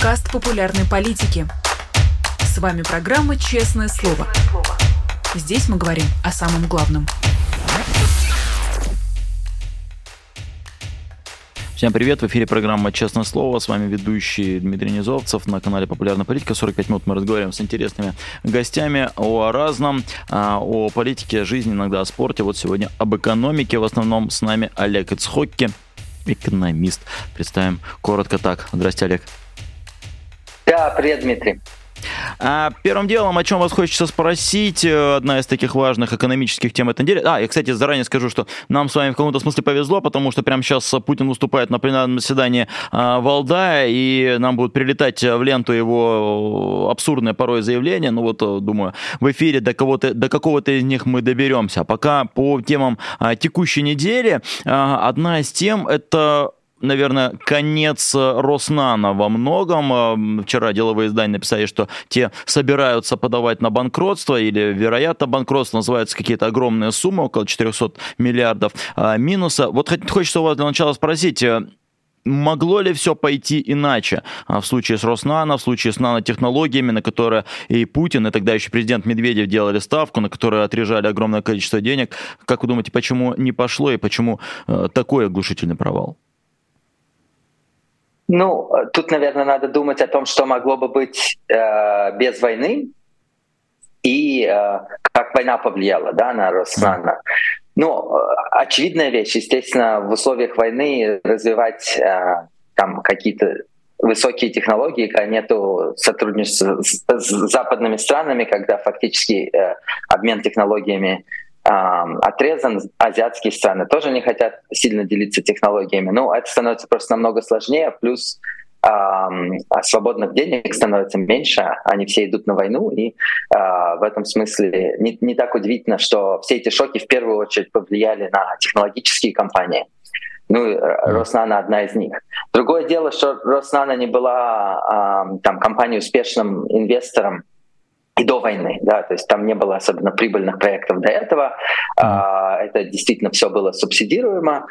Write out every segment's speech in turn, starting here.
подкаст популярной политики. С вами программа «Честное слово». Здесь мы говорим о самом главном. Всем привет, в эфире программа «Честное слово». С вами ведущий Дмитрий Низовцев на канале «Популярная политика». 45 минут мы разговариваем с интересными гостями о разном, о политике, о жизни, иногда о спорте. Вот сегодня об экономике. В основном с нами Олег Ицхокки, экономист. Представим коротко так. Здрасте, Олег. Да, привет, Дмитрий. Первым делом, о чем вас хочется спросить, одна из таких важных экономических тем этой недели. Я, кстати, заранее скажу, что нам с вами в каком-то смысле повезло, потому что прямо сейчас Путин выступает на пленарном заседании Валдая, и нам будут прилетать в ленту его абсурдные порой заявления. Ну вот, думаю, в эфире до какого-то из них мы доберемся. А пока по темам текущей недели, одна из тем — это, наверное, конец Роснано во многом. Вчера деловые издания написали, что те собираются подавать на банкротство или, вероятно, банкротство. Называются какие-то огромные суммы, около 400 миллиардов минуса. Вот хочется у вас для начала спросить, могло ли все пойти иначе в случае с Роснано, в случае с нанотехнологиями, на которые и Путин, и тогда еще президент Медведев делали ставку, на которые отрежали огромное количество денег? Как вы думаете, почему не пошло и почему такой оглушительный провал? Ну, тут, наверное, надо думать о том, что могло бы быть без войны и как война повлияла, да, на Роснано. Ну, очевидная вещь, естественно, в условиях войны развивать там какие-то высокие технологии, когда нету сотрудничества с западными странами, когда фактически обмен технологиями отрезан, азиатские страны тоже не хотят сильно делиться технологиями. Ну, это становится просто намного сложнее, плюс свободных денег становится меньше, они все идут на войну, и в этом смысле не так удивительно, что все эти шоки в первую очередь повлияли на технологические компании. Ну, Роснано одна из них. Другое дело, что Роснано не была там компанией успешным инвестором и до войны, да, то есть там не было особенно прибыльных проектов до этого, это действительно все было субсидируемо.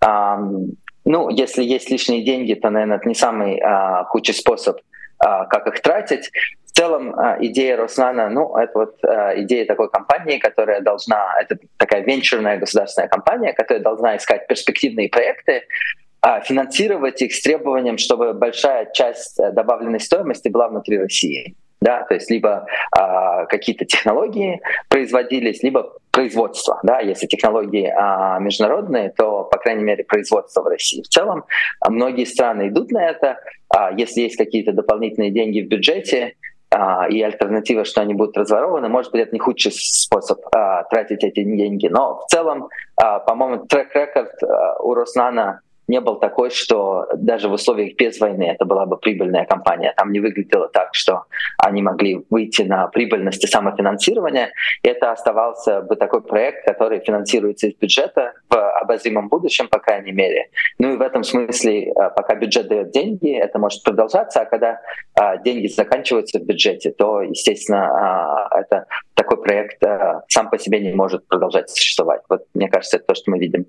Ну, если есть лишние деньги, то, наверное, это не самый худший способ, как их тратить. В целом идея Роснано, ну, это вот идея такой компании, которая должна, это такая венчурная государственная компания, которая должна искать перспективные проекты, финансировать их с требованием, чтобы большая часть добавленной стоимости была внутри России. Да, то есть либо какие-то технологии производились, либо производство. Да, если технологии международные, то, по крайней мере, производство в России. В целом, многие страны идут на это. Если есть какие-то дополнительные деньги в бюджете и альтернатива, что они будут разворованы, может быть, это не худший способ тратить эти деньги. Но в целом, по-моему, трек-рекорд у Роснано не был такой, что даже в условиях без войны это была бы прибыльная компания. Там не выглядело так, что они могли выйти на прибыльность и самофинансирование. Это оставался бы такой проект, который финансируется из бюджета в обозримом будущем, по крайней мере. Ну и в этом смысле, пока бюджет дает деньги, это может продолжаться, а когда деньги заканчиваются в бюджете, то, естественно, это такой проект сам по себе не может продолжать существовать. Вот, мне кажется, это то, что мы видим.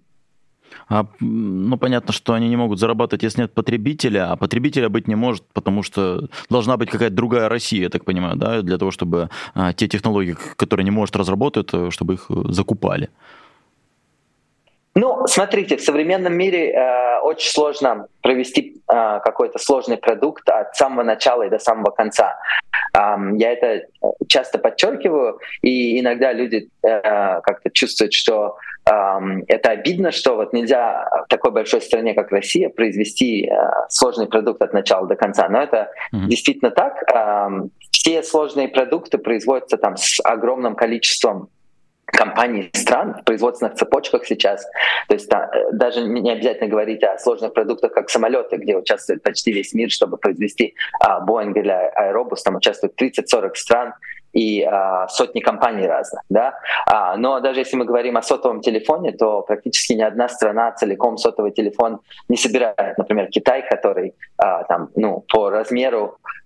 Ну, понятно, что они не могут зарабатывать, если нет потребителя, а потребителя быть не может, потому что должна быть какая-то другая Россия, я так понимаю, да, для того, чтобы те технологии, которые не может разработать, чтобы их закупали. Ну, смотрите, в современном мире очень сложно провести какой-то сложный продукт от самого начала и до самого конца. Я это часто подчеркиваю, и иногда люди как-то чувствуют, что это обидно, что вот нельзя в такой большой стране, как Россия, произвести сложный продукт от начала до конца. Но это действительно так. Все сложные продукты производятся там с огромным количеством компаний, стран в производственных цепочках сейчас. То есть даже не обязательно говорить о сложных продуктах, как самолеты, где участвует почти весь мир, чтобы произвести Boeing или Airbus. Там участвует 30-40 стран и сотни компаний разных. Да? Но даже если мы говорим о сотовом телефоне, то практически ни одна страна целиком сотовый телефон не собирает. Например, Китай, который там, по размеру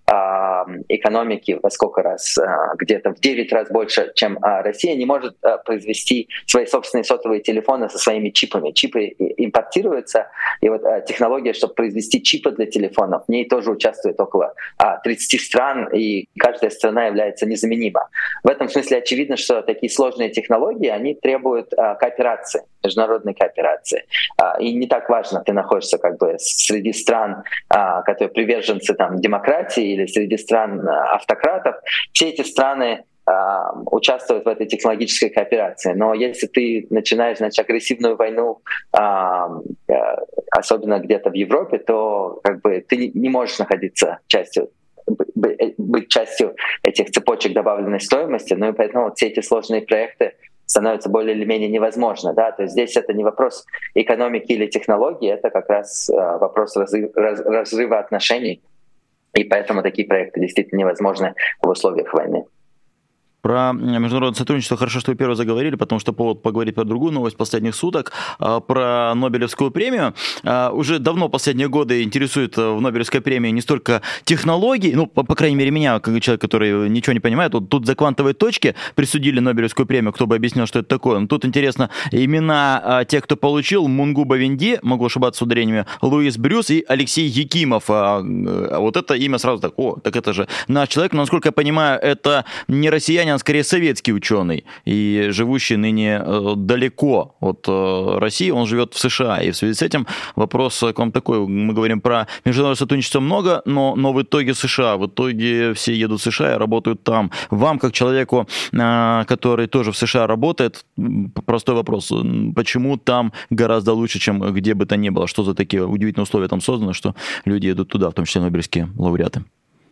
экономики во сколько раз, где-то в 9 раз больше, чем Россия, не может произвести свои собственные сотовые телефоны со своими чипами. Чипы импортируются, и вот технология, чтобы произвести чипы для телефонов, в ней тоже участвует около 30 стран, и каждая страна является незаменима. В этом смысле очевидно, что такие сложные технологии, они требуют кооперации, международной кооперации. И не так важно, ты находишься как бы среди стран, которые приверженцы там, демократии, или среди стран автократов. Все эти страны участвуют в этой технологической кооперации. Но если ты начинаешь, значит, агрессивную войну, особенно где-то в Европе, то как бы ты не можешь находиться быть частью этих цепочек добавленной стоимости, ну и поэтому вот все эти сложные проекты становятся более или менее невозможны. Да? То есть здесь это не вопрос экономики или технологии, это как раз вопрос разрыва отношений, и поэтому такие проекты действительно невозможны в условиях войны. Про международное сотрудничество хорошо, что вы первый заговорили, потому что повод поговорить про другую новость последних суток, про Нобелевскую премию. Уже давно, последние годы, интересует в Нобелевской премии не столько технологии, ну, по крайней мере, меня, как человек, который ничего не понимает, вот тут за квантовые точки присудили Нобелевскую премию, кто бы объяснил, что это такое. Но тут интересно имена тех, кто получил: Мунгуба Венди, могу ошибаться с ударениями, Луис Брюс и Алексей Якимов. Вот это имя сразу так, так это же наш человек. Но, насколько я понимаю, это не россиянин, скорее советский ученый, и живущий ныне далеко от России, он живет в США. И в связи с этим вопрос к вам такой. Мы говорим про международное сотрудничество много, но в итоге США. В итоге все едут в США и работают там. Вам, как человеку, который тоже в США работает, простой вопрос. Почему там гораздо лучше, чем где бы то ни было? Что за такие удивительные условия там созданы, что люди едут туда, в том числе нобелевские лауреаты?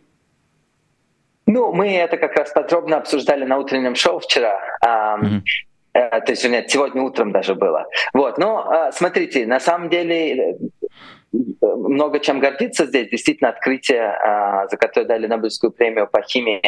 Ну, мы это как раз подробно обсуждали на утреннем шоу вчера. То есть, нет, сегодня утром даже было. Вот, но смотрите, на самом деле много чем гордиться здесь. Действительно, открытие, за которое дали Нобелевскую премию по химии,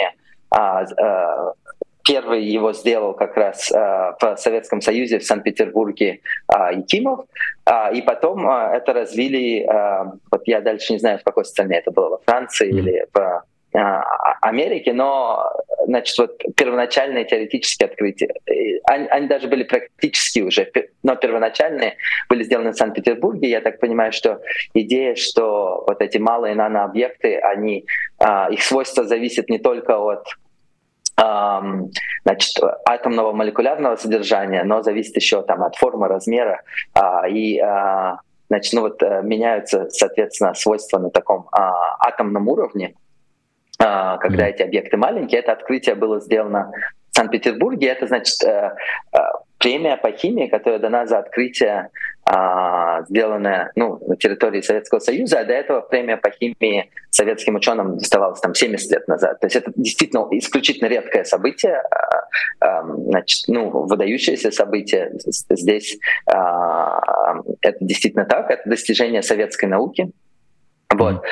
первый его сделал как раз в Советском Союзе, в Санкт-Петербурге, Якимов. И потом это развили, вот я дальше не знаю, в какой стране это было, во Франции или в Америки, но, значит, вот первоначальные теоретические открытия, они даже были практически уже, но первоначальные были сделаны в Санкт-Петербурге. Я так понимаю, что идея, что вот эти малые нанообъекты, их свойства зависят не только от значит, атомного молекулярного содержания, но зависит еще там, от формы, размера, значит, меняются, соответственно, свойства на таком атомном уровне. Когда эти объекты маленькие. Это открытие было сделано в Санкт-Петербурге. Это, значит, премия по химии, которая дана за открытие, сделанное на территории Советского Союза, а до этого премия по химии советским ученым доставалась там 70 лет назад. То есть это действительно исключительно редкое событие, значит, выдающееся событие. Здесь это действительно так, это достижение советской науки. Вот.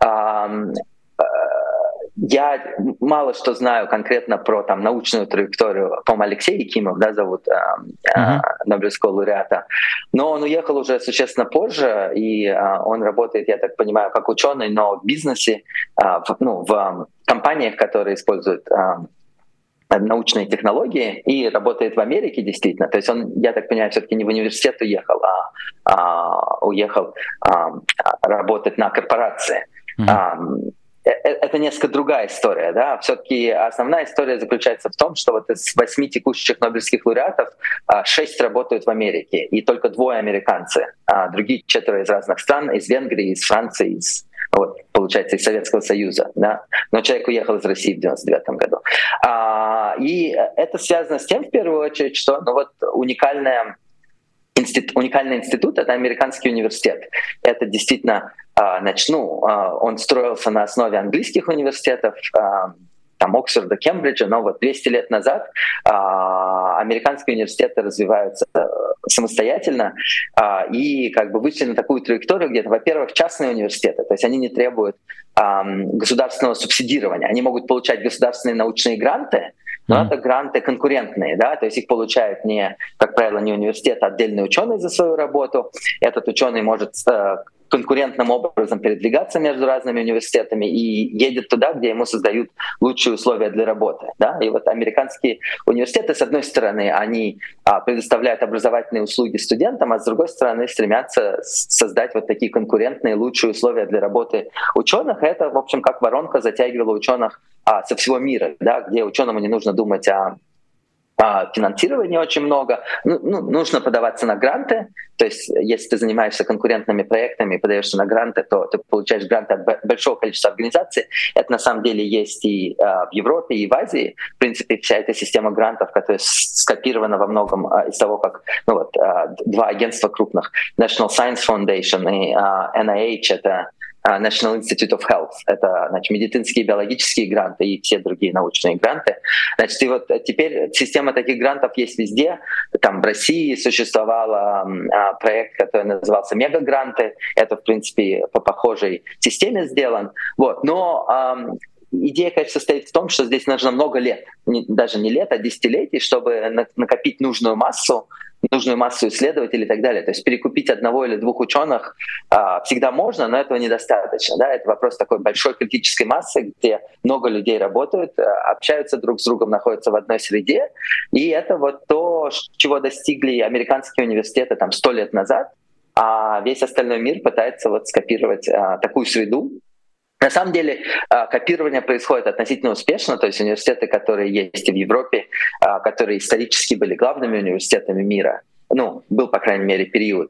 Я мало что знаю конкретно про там, научную траекторию. По-моему, Алексей Якимов, зовут Нобелевского лауреата. Но он уехал уже существенно позже, и он работает, я так понимаю, как ученый, но в бизнесе, в компаниях, которые используют научные технологии, и работает в Америке действительно. То есть он, я так понимаю, все-таки не в университет уехал, уехал работать на корпорации. Это несколько другая история, да. Все-таки основная история заключается в том, что вот из 8 текущих нобелевских лауреатов 6 работают в Америке, и только 2 американцы, другие 4 из разных стран, из Венгрии, из Франции, получается, из Советского Союза, да. Но человек уехал из России в 1999 году. И это связано с тем, в первую очередь, что уникальный институт — это американский университет. Это действительно, он строился на основе английских университетов, там Оксфорда, Кембриджа, но 200 лет назад американские университеты развиваются самостоятельно и вышли на такую траекторию, где, во-первых, частные университеты, то есть они не требуют государственного субсидирования, они могут получать государственные научные гранты, но это гранты конкурентные, да, то есть их получают как правило, не университет, а отдельный ученый за свою работу. Этот ученый может конкурентным образом передвигаться между разными университетами и едет туда, где ему создают лучшие условия для работы. Да? И вот американские университеты, с одной стороны, они предоставляют образовательные услуги студентам, а с другой стороны стремятся создать вот такие конкурентные лучшие условия для работы ученых. Это, в общем, как воронка затягивала ученых со всего мира, да, где ученому не нужно думать о финансирования очень много. Нужно подаваться на гранты. То есть, если ты занимаешься конкурентными проектами и подаешься на гранты, то ты получаешь гранты от большого количества организаций. Это на самом деле есть и в Европе, и в Азии. В принципе, вся эта система грантов, которая скопирована во многом из того, как два агентства крупных, National Science Foundation и NIH, это National Institute of Health, это, значит, медицинские и биологические гранты и все другие научные гранты. Значит, и вот теперь система таких грантов есть везде. Там в России существовал проект, который назывался «Мегагранты». Это, в принципе, по похожей системе сделан. Вот. Но идея, конечно, состоит в том, что здесь нужно много лет, даже не лет, а десятилетий, чтобы накопить нужную массу исследователей и так далее. То есть перекупить одного или двух ученых всегда можно, но этого недостаточно. Да? Это вопрос такой большой критической массы, где много людей работают, общаются друг с другом, находятся в одной среде. И это вот то, чего достигли американские университеты 100 лет назад, а весь остальной мир пытается скопировать такую среду. На самом деле копирование происходит относительно успешно, то есть университеты, которые есть и в Европе, которые исторически были главными университетами мира, был, по крайней мере, период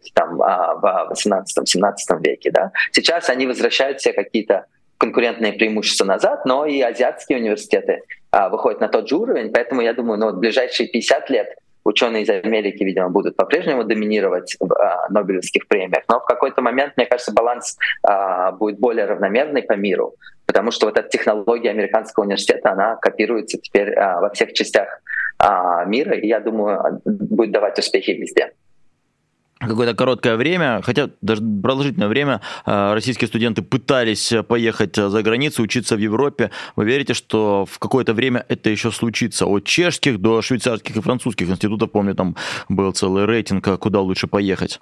в 18-17 веке. Да? Сейчас они возвращают все какие-то конкурентные преимущества назад, но и азиатские университеты выходят на тот же уровень, поэтому я думаю, в ближайшие 50 лет ученые из Америки, видимо, будут по-прежнему доминировать в Нобелевских премиях. Но в какой-то момент, мне кажется, баланс будет более равномерный по миру, потому что вот эта технология американского университета, она копируется теперь во всех частях мира, и, я думаю, будет давать успехи везде. Какое-то короткое время, хотя даже продолжительное время, российские студенты пытались поехать за границу, учиться в Европе. Вы верите, что в какое-то время это еще случится? От чешских до швейцарских и французских институтов, помню, там был целый рейтинг, куда лучше поехать.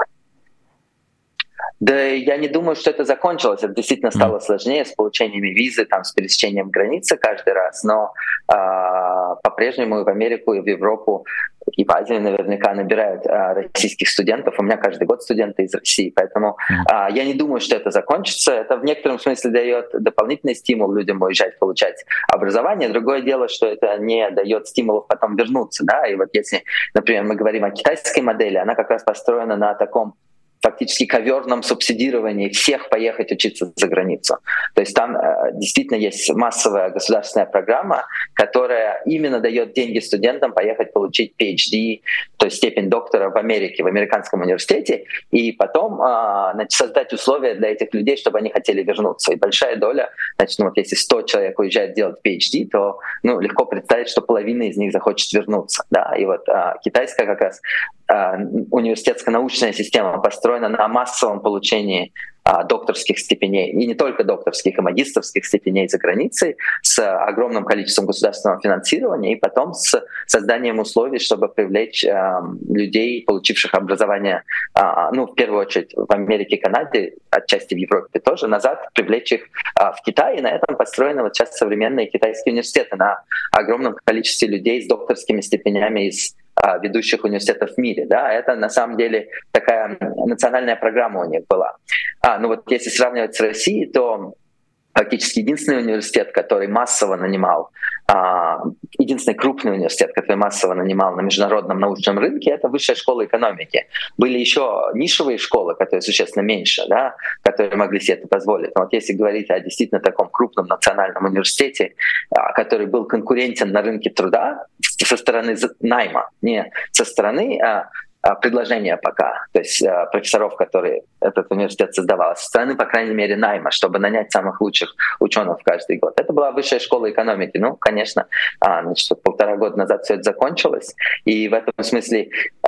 Да, я не думаю, что это закончилось. Это действительно стало сложнее с получением визы, с пересечением границы каждый раз. Но по-прежнему и в Америку, и в Европу, и в Азию наверняка набирают российских студентов. У меня каждый год студенты из России. Поэтому я не думаю, что это закончится. Это в некотором смысле дает дополнительный стимул людям уезжать, получать образование. Другое дело, что это не дает стимулов потом вернуться. Да? И вот если, например, мы говорим о китайской модели, она как раз построена на таком фактически коверном субсидировании всех поехать учиться за границу. То есть там действительно есть массовая государственная программа, которая именно дает деньги студентам поехать получить PhD, то есть степень доктора в Америке, в американском университете, и потом создать условия для этих людей, чтобы они хотели вернуться. И большая доля, если 100 человек уезжает делать PhD, то легко представить, что половина из них захочет вернуться. Да? И вот китайская как раз университетско-научная система построена на массовом получении докторских степеней, и не только докторских, и магистерских степеней за границей, с огромным количеством государственного финансирования, и потом с созданием условий, чтобы привлечь людей, получивших образование, в первую очередь в Америке и Канаде, отчасти в Европе тоже, назад, привлечь их в Китай, и на этом построены вот сейчас современные китайские университеты, на огромном количестве людей с докторскими степенями из ведущих университетов в мире. Да? Это на самом деле такая национальная программа у них была. Если сравнивать с Россией, то фактически единственный университет, который массово нанимал, единственный крупный университет, который массово нанимал на международном научном рынке, это Высшая школа экономики. Были еще нишевые школы, которые существенно меньше, да, которые могли себе это позволить. Но вот если говорить о действительно таком крупном национальном университете, который был конкурентен на рынке труда со стороны найма, не со стороны предложения пока, то есть профессоров, которые этот университет создавал, со стороны, по крайней мере, найма, чтобы нанять самых лучших ученых каждый год. Это была Высшая школа экономики. Конечно, 1,5 года назад все это закончилось, и в этом смысле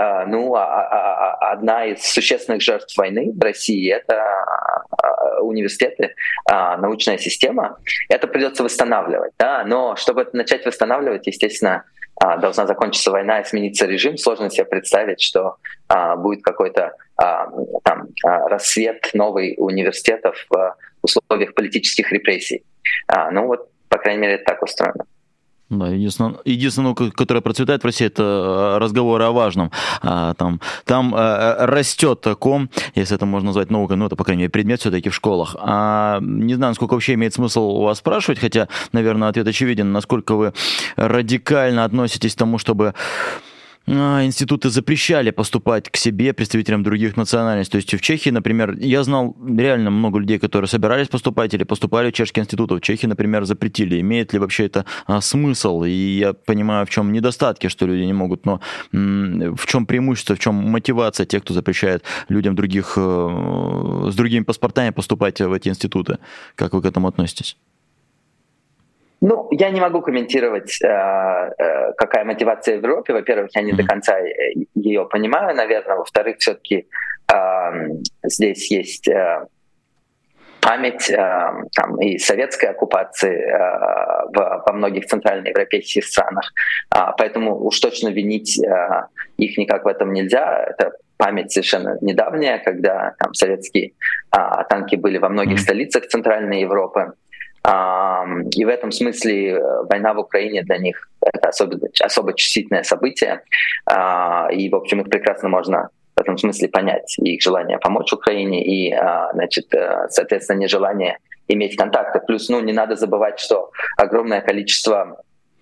одна из существенных жертв войны в России — это университеты, научная система. Это придется восстанавливать, да? Но чтобы это начать восстанавливать, естественно, должна закончиться война и смениться режим, сложно себе представить, что будет какой-то рассвет новый университетов в условиях политических репрессий. Ну вот, по крайней мере, это так устроено. Да, единственное, которое процветает в России, это разговоры о важном. Там растет ком, если это можно назвать наукой, это, по крайней мере, предмет все-таки в школах. Не знаю, насколько вообще имеет смысл у вас спрашивать, хотя, наверное, ответ очевиден, насколько вы радикально относитесь к тому, чтобы институты запрещали поступать к себе представителям других национальностей. То есть в Чехии, например, я знал реально много людей, которые собирались поступать или поступали в чешские институты. В Чехии, например, запретили. Имеет ли вообще это смысл? И я понимаю, в чем недостатки, что люди не могут, но в чем преимущество, в чем мотивация тех, кто запрещает людям с другими паспортами поступать в эти институты? Как вы к этому относитесь? Я не могу комментировать, какая мотивация в Европе. Во-первых, я не до конца ее понимаю, наверное. Во-вторых, все-таки здесь есть память и советской оккупации во многих центральноевропейских странах. Поэтому уж точно винить их никак в этом нельзя. Это память совершенно недавняя, когда советские танки были во многих столицах Центральной Европы. И в этом смысле война в Украине для них — это особо чувствительное событие. И, в общем, их прекрасно можно в этом смысле понять. И их желание помочь Украине, и, соответственно, нежелание иметь контакты. Плюс, не надо забывать, что огромное количество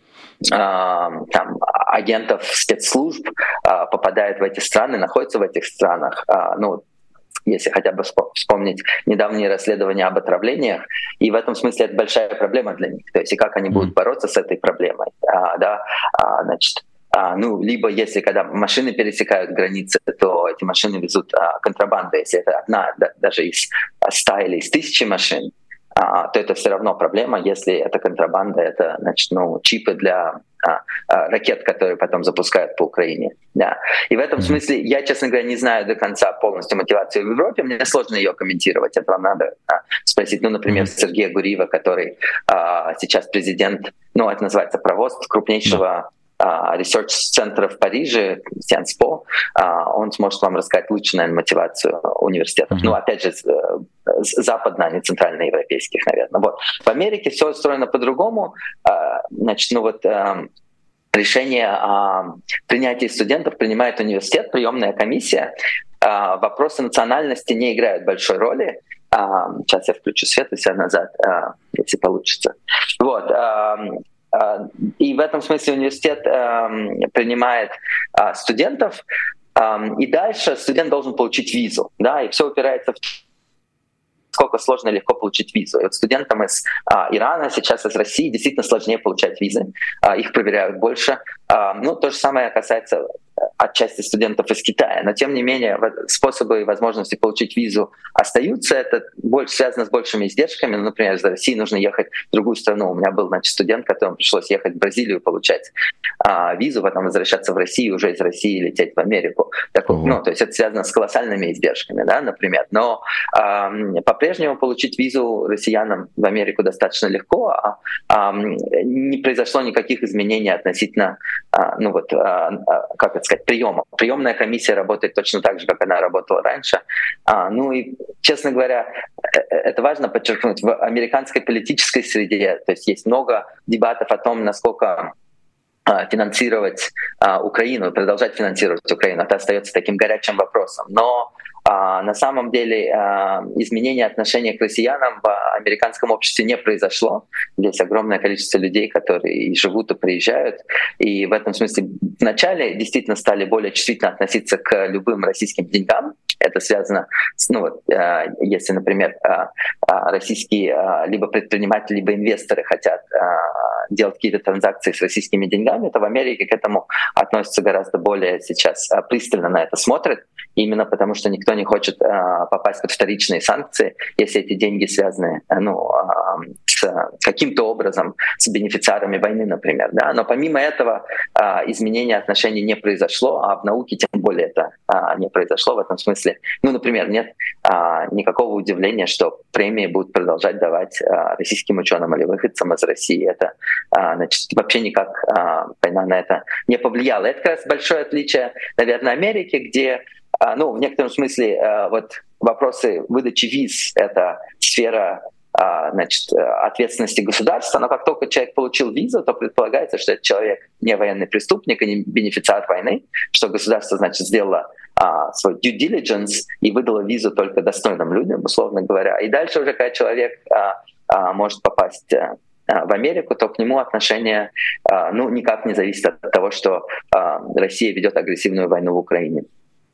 агентов спецслужб попадает в эти страны, находится в этих странах. Если хотя бы вспомнить недавние расследования об отравлениях, и в этом смысле это большая проблема для них. То есть и как они будут бороться с этой проблемой. Либо если когда машины пересекают границы, то эти машины везут контрабанду. Если это одна, даже из 100 или из 1000 машин, то это все равно проблема, если это контрабанда, это чипы для ракет, которые потом запускают по Украине. Да. И в этом смысле я, честно говоря, не знаю до конца полностью мотивацию в Европе, мне сложно ее комментировать, это вам надо спросить, например, Сергея Гуриева, который сейчас президент, это называется провоз крупнейшего ресерч-центра в Париже, Sciences Po, он сможет вам рассказать лучше, наверное, мотивацию университетов. Опять же, западно, а не центральноевропейских, наверное. Вот. В Америке все устроено по-другому. Решение о принятии студентов принимает университет, приемная комиссия. Вопросы национальности не играют большой роли. Сейчас я включу свет и себя назад, если получится. Вот. И в этом смысле университет принимает студентов, и дальше студент должен получить визу. Да, и все упирается в насколько сложно и легко получить визу. И вот студентам из Ирана, сейчас из России действительно сложнее получать визы. Их проверяют больше. То же самое касается отчасти студентов из Китая. Но тем не менее способы и возможности получить визу остаются. Это больше связано с большими издержками. Например, из России нужно ехать в другую страну. У меня был студент, которому пришлось ехать в Бразилию получать визу, потом возвращаться в Россию, уже из России лететь в Америку. То есть это связано с колоссальными издержками, да, например. Но по-прежнему получить визу россиянам в Америку достаточно легко. Не произошло никаких изменений относительно приема. Приемная комиссия работает точно так же, как она работала раньше. И, честно говоря, это важно подчеркнуть, в американской политической среде, то есть есть много дебатов о том, насколько финансировать Украину, продолжать финансировать Украину. Это остается таким горячим вопросом. Но на самом деле изменения отношения к россиянам в американском обществе не произошло. Здесь огромное количество людей, которые и живут, и приезжают. И в этом смысле вначале действительно стали более чувствительно относиться к любым российским деньгам. Это связано с, если, например, российские либо предприниматели, либо инвесторы хотят делать какие-то транзакции с российскими деньгами, то в Америке к этому относятся гораздо более сейчас пристально на это смотрят, именно потому что никто не хочет попасть под вторичные санкции, если эти деньги связаны с каким-то образом с бенефициарами войны, например. Да? Но помимо этого изменения отношений не произошло, а в науке тем более это не произошло в этом смысле. Ну, например, нет никакого удивления, что премии будут продолжать давать российским ученым или выходцам из России. Это значит, вообще никак война на это не повлияла. Это как раз большое отличие, наверное, Америки, где в некотором смысле вот вопросы выдачи виз — это сфера ответственности государства, но как только человек получил визу, то предполагается, что этот человек не военный преступник и не бенефициар войны, что государство, значит, сделало свой due diligence и выдало визу только достойным людям, условно говоря. И дальше уже, когда человек может попасть в Америку, то к нему отношение никак не зависит от того, что Россия ведет агрессивную войну в Украине.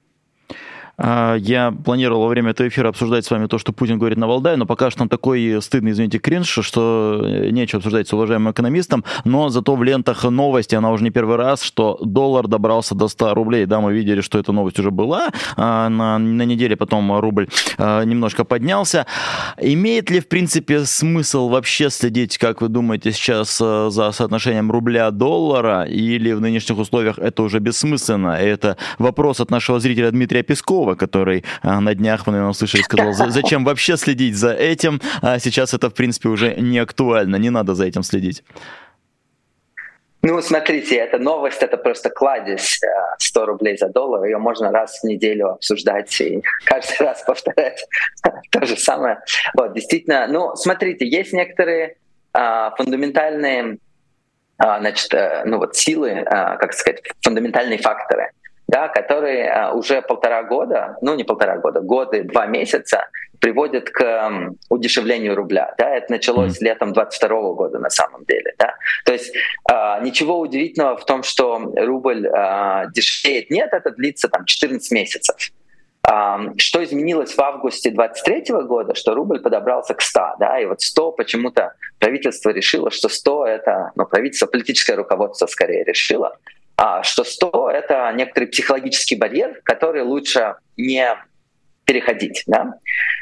Я планировал во время этого эфира обсуждать с вами то, что Путин говорит на Валдае, но пока что там такой стыдный, извините, кринж, что нечего обсуждать с уважаемым экономистом, но зато в лентах новости, она уже не первый раз, что доллар добрался до 100 рублей. Да, мы видели, что эта новость уже была, на неделе потом рубль немножко поднялся. Имеет ли, в принципе, смысл вообще следить, как вы думаете, сейчас за соотношением рубля-доллара, или в нынешних условиях это уже бессмысленно? Это вопрос от нашего зрителя Дмитрия Пескова, который на днях, вы, наверное, услышали, сказал, зачем вообще следить за этим, а сейчас это, в принципе, уже не актуально, не надо за этим следить. Ну, смотрите, эта новость — это просто кладезь 100 рублей за доллар, ее можно раз в неделю обсуждать и каждый раз повторять то же самое. Вот, действительно, смотрите, есть некоторые фундаментальные силы, фундаментальные факторы, да, которые уже годы, 2 месяца приводят к удешевлению рубля. Да, это началось летом 2022 года на самом деле. Да. То есть ничего удивительного в том, что рубль дешевеет, нет, это длится 14 месяцев. Что изменилось в августе 2023 года, что рубль подобрался к 100, да, и вот 100 почему-то правительство решило, что 100 — это, правительство, политическое руководство скорее решило, что 100 — это некоторый психологический барьер, который лучше не переходить. Да?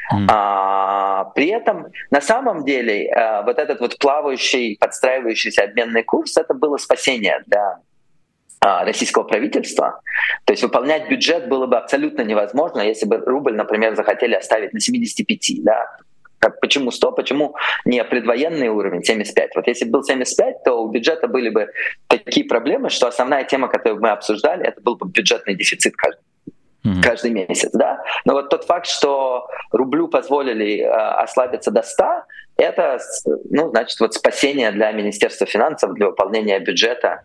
При этом на самом деле вот этот вот плавающий, подстраивающийся обменный курс — это было спасение для российского правительства. То есть выполнять бюджет было бы абсолютно невозможно, если бы рубль, например, захотели оставить на 75. Да? Почему 100? Почему не предвоенный уровень 75? Вот если бы был 75, то у бюджета были бы такие проблемы, что основная тема, которую мы обсуждали, это был бы бюджетный дефицит каждый месяц. Да? Но вот тот факт, что рублю позволили ослабиться до 100, это значит вот спасение для Министерства финансов, для выполнения бюджета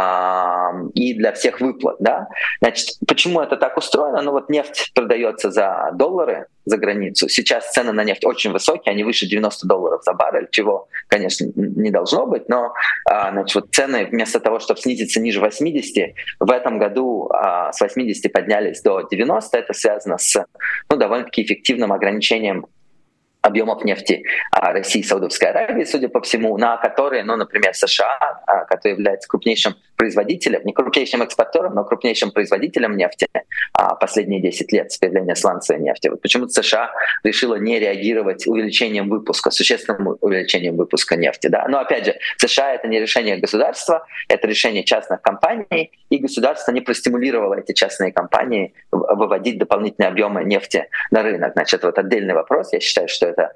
и для всех выплат. Да? Значит, почему это так устроено? Нефть продается за доллары за границу. Сейчас цены на нефть очень высокие, они выше $90 за баррель, чего, конечно, не должно быть, но цены вместо того, чтобы снизиться ниже 80, в этом году с 80 поднялись до 90. Это связано с довольно-таки эффективным ограничением объемов нефти России и Саудовской Аравии, судя по всему, на которые, например, США, который является крупнейшим производителем, не крупнейшим экспортером, но крупнейшим производителем нефти последние 10 лет с появления сланцевой нефти. Вот почему-то США решила не реагировать увеличением выпуска, существенным увеличением выпуска нефти. Да? Но опять же, США — это не решение государства, это решение частных компаний, и государство не простимулировало эти частные компании выводить дополнительные объемы нефти на рынок. Значит, вот отдельный вопрос. Я считаю, что это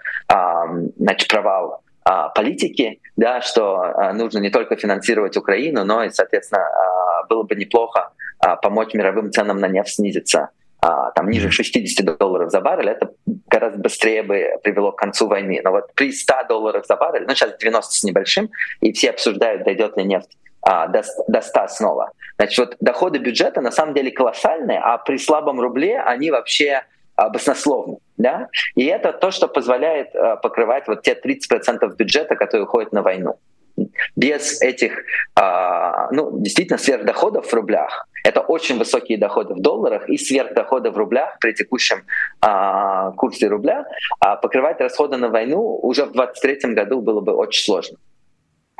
провал политики, да, что нужно не только финансировать Украину, но и, соответственно, было бы неплохо помочь мировым ценам на нефть снизиться ниже $60 за баррель. Это гораздо быстрее бы привело к концу войны. Но вот при $100 за баррель, сейчас 90 с небольшим, и все обсуждают, дойдет ли нефть до 100 снова. Значит, вот доходы бюджета на самом деле колоссальные, а при слабом рубле они вообще баснословны. Да? И это то, что позволяет покрывать вот те 30% бюджета, которые уходят на войну. Без этих действительно сверхдоходов в рублях, это очень высокие доходы в долларах и сверхдоходы в рублях при текущем курсе рубля, покрывать расходы на войну уже в 2023 году было бы очень сложно.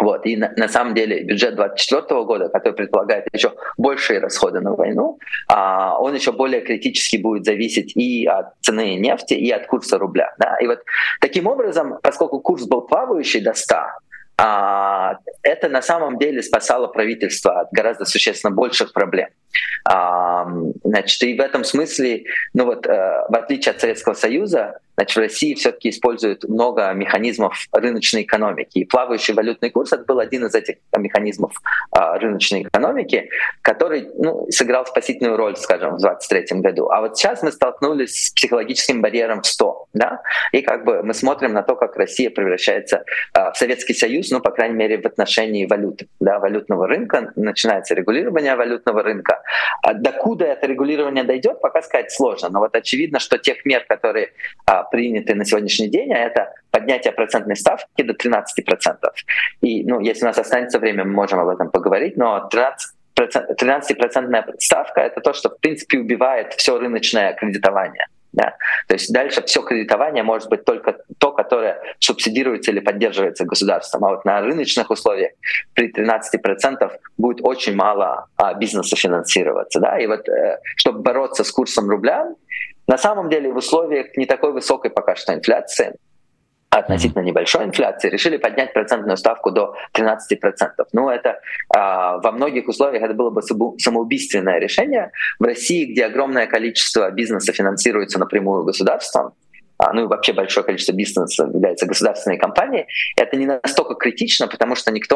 Вот. И на самом деле бюджет 2024 года, который предполагает еще большие расходы на войну, он еще более критически будет зависеть и от цены нефти, и от курса рубля. Да? И вот таким образом, поскольку курс был плавающий до 100, это на самом деле спасало правительство от гораздо существенно больших проблем. Значит, и в этом смысле, в отличие от Советского Союза, значит, в России все-таки используют много механизмов рыночной экономики. И плавающий валютный курс — это был один из этих механизмов рыночной экономики, который сыграл спасительную роль, скажем, в 2023 году. А вот сейчас мы столкнулись с психологическим барьером в 100. Да? И как бы мы смотрим на то, как Россия превращается в Советский Союз, по крайней мере, в отношении валюты, да, валютного рынка. Начинается регулирование валютного рынка. Докуда это регулирование дойдет, пока сказать сложно. Но вот очевидно, что тех мер, которые приняты на сегодняшний день, это поднятие процентной ставки до 13%. И если у нас останется время, мы можем об этом поговорить, но 13% ставка — это то, что в принципе убивает все рыночное кредитование. Да? То есть дальше все кредитование может быть только то, которое субсидируется или поддерживается государством. А вот на рыночных условиях при 13% будет очень мало бизнеса финансироваться. Да? И вот чтобы бороться с курсом рубля, на самом деле в условиях не такой высокой пока что инфляции, относительно небольшой инфляции, решили поднять процентную ставку до 13%. Это во многих условиях это было бы самоубийственное решение. В России, где огромное количество бизнеса финансируется напрямую государством, и вообще большое количество бизнеса является государственной компанией, это не настолько критично, потому что никто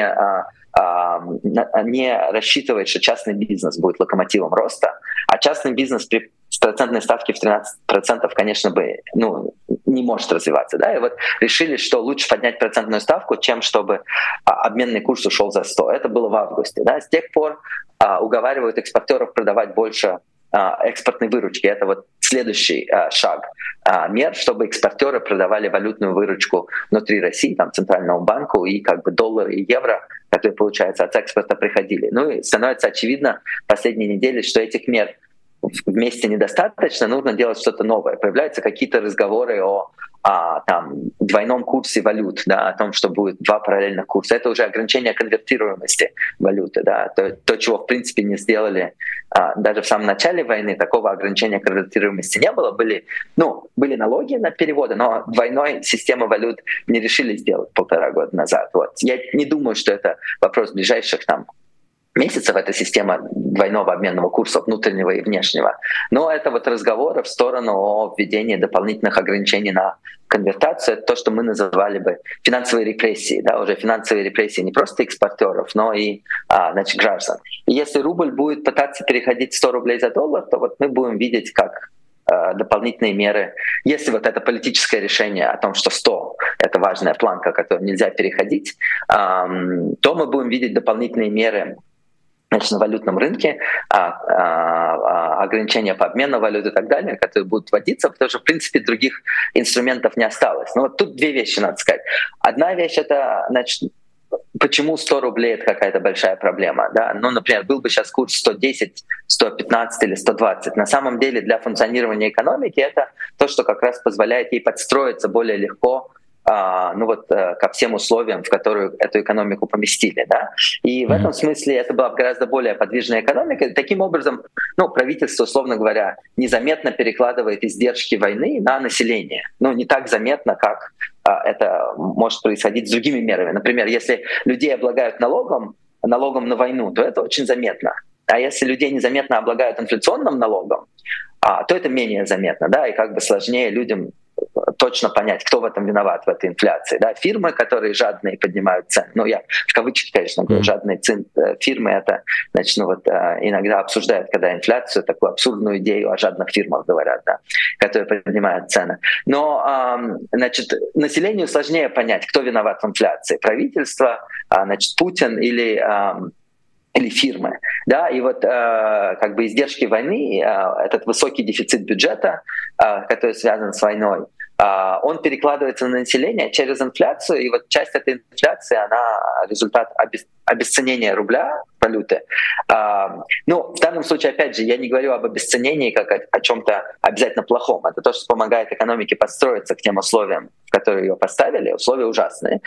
не рассчитывает, что частный бизнес будет локомотивом роста, а частный бизнес при процентной ставке в 13%, конечно, не может развиваться. Да? И вот решили, что лучше поднять процентную ставку, чем чтобы обменный курс ушел за 100. Это было в августе. Да? С тех пор уговаривают экспортеров продавать больше экспортной выручки. Это вот следующий шаг мер, чтобы экспортеры продавали валютную выручку внутри России, Центральному банку, и как бы доллары и евро, которые, получается, от экспорта приходили. И становится очевидно в последние недели, что этих мер вместе недостаточно, нужно делать что-то новое. Появляются какие-то разговоры о двойном курсе валют, да, о том, что будет два параллельных курса. Это уже ограничение конвертируемости валюты. Да, то, чего в принципе не сделали даже в самом начале войны, такого ограничения конвертируемости не было. Были налоги на переводы, но двойной системы валют не решили сделать 1,5 года назад. Вот. Я не думаю, что это вопрос ближайших месяцев, эта система двойного обменного курса внутреннего и внешнего. Но это вот разговоры в сторону о введении дополнительных ограничений на конвертацию. Это то, что мы называли бы финансовые репрессии. Да, уже финансовые репрессии не просто экспортеров, но и граждан. И если рубль будет пытаться переходить 100 рублей за доллар, то вот мы будем видеть, как дополнительные меры. Если вот это политическое решение о том, что 100 — это важная планка, которую нельзя переходить, то мы будем видеть дополнительные меры на валютном рынке, ограничения по обмену валют и так далее, которые будут вводиться, потому что, в принципе, других инструментов не осталось. Но вот тут две вещи надо сказать. Одна вещь — это, почему 100 рублей — это какая-то большая проблема. Да? Например, был бы сейчас курс 110, 115 или 120. На самом деле для функционирования экономики это то, что как раз позволяет ей подстроиться более легко ко всем условиям, в которые эту экономику поместили. Да? И в этом смысле это была гораздо более подвижная экономика. И таким образом, правительство, условно говоря, незаметно перекладывает издержки войны на население. Не так заметно, как это может происходить с другими мерами. Например, если людей облагают налогом на войну, то это очень заметно. А если людей незаметно облагают инфляционным налогом, то это менее заметно, да, и как бы сложнее людям точно понять, кто в этом виноват, в этой инфляции. Да? Фирмы, которые жадные, поднимают цены. Я в кавычки, конечно, говорю, жадные фирмы, это, иногда обсуждают, когда инфляцию, такую абсурдную идею о жадных фирмах говорят, да, которые поднимают цены. Но, населению сложнее понять, кто виноват в инфляции. Правительство, Путин или фирмы. Да? И вот издержки войны, этот высокий дефицит бюджета, который связан с войной, он перекладывается на население через инфляцию, и вот часть этой инфляции, она результат обесценения рубля, валюты. В данном случае, опять же, я не говорю об обесценении как о чем-то обязательно плохом. Это то, что помогает экономике подстроиться к тем условиям, в которые ее поставили. Условия ужасные.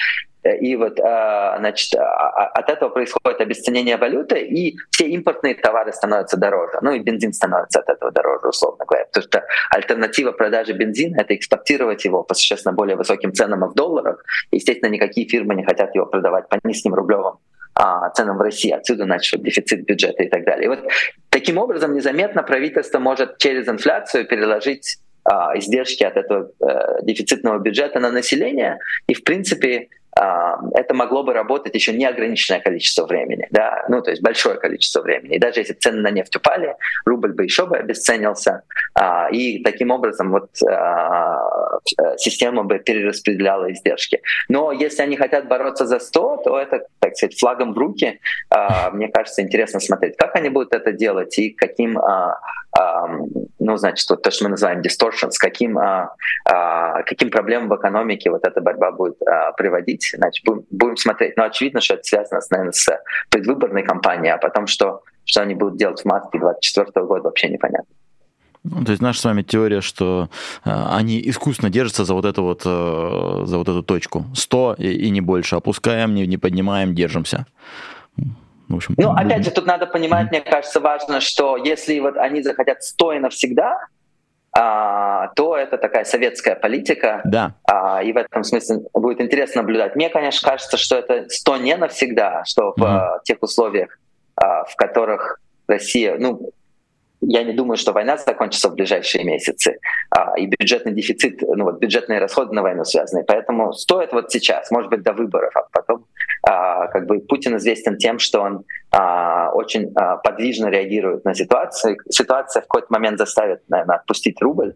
И вот, значит, от этого происходит обесценение валюты, и все импортные товары становятся дороже. Ну и бензин становится от этого дороже, условно говоря. Потому что альтернатива продажи бензина — это экспортировать его по существенно более высоким ценам в долларах. Естественно, никакие фирмы не хотят его продавать по низким рублевым ценам в России. Отсюда начнется дефицит бюджета и так далее. И вот таким образом незаметно правительство может через инфляцию переложить издержки от этого дефицитного бюджета на население. И, в принципе, это могло бы работать еще неограниченное количество времени, да? Ну, то есть большое количество времени. И даже если цены на нефть упали, рубль бы еще бы обесценился, и таким образом вот система бы перераспределяла издержки. Но если они хотят бороться за 100, то это, так сказать, флагом в руки. Мне кажется, интересно смотреть, как они будут это делать и каким, ну, значит, вот то, что мы называем distortions, каким проблемам в экономике вот эта борьба будет приводить. Значит, будем смотреть. Но очевидно, что это связано, наверное, с предвыборной кампанией, а потом, что они будут делать в марте 2024 года, вообще непонятно. Ну, то есть наша с вами теория, что они искусственно держатся за вот эту точку. 100 и не больше. Опускаем, не поднимаем, держимся. В общем, опять же, тут надо понимать, мне кажется, важно, что если вот они захотят 100 и навсегда, то это такая советская политика, да. И в этом смысле будет интересно наблюдать. Мне, конечно, кажется, что это 100 не навсегда, что в тех условиях, в которых Россия, я не думаю, что война закончится в ближайшие месяцы, и бюджетный дефицит, бюджетные расходы на войну связаны. Поэтому стоит вот сейчас, может быть, до выборов, а потом как бы Путин известен тем, что он очень подвижно реагирует на ситуацию. Ситуация в какой-то момент заставит, наверное, отпустить рубль.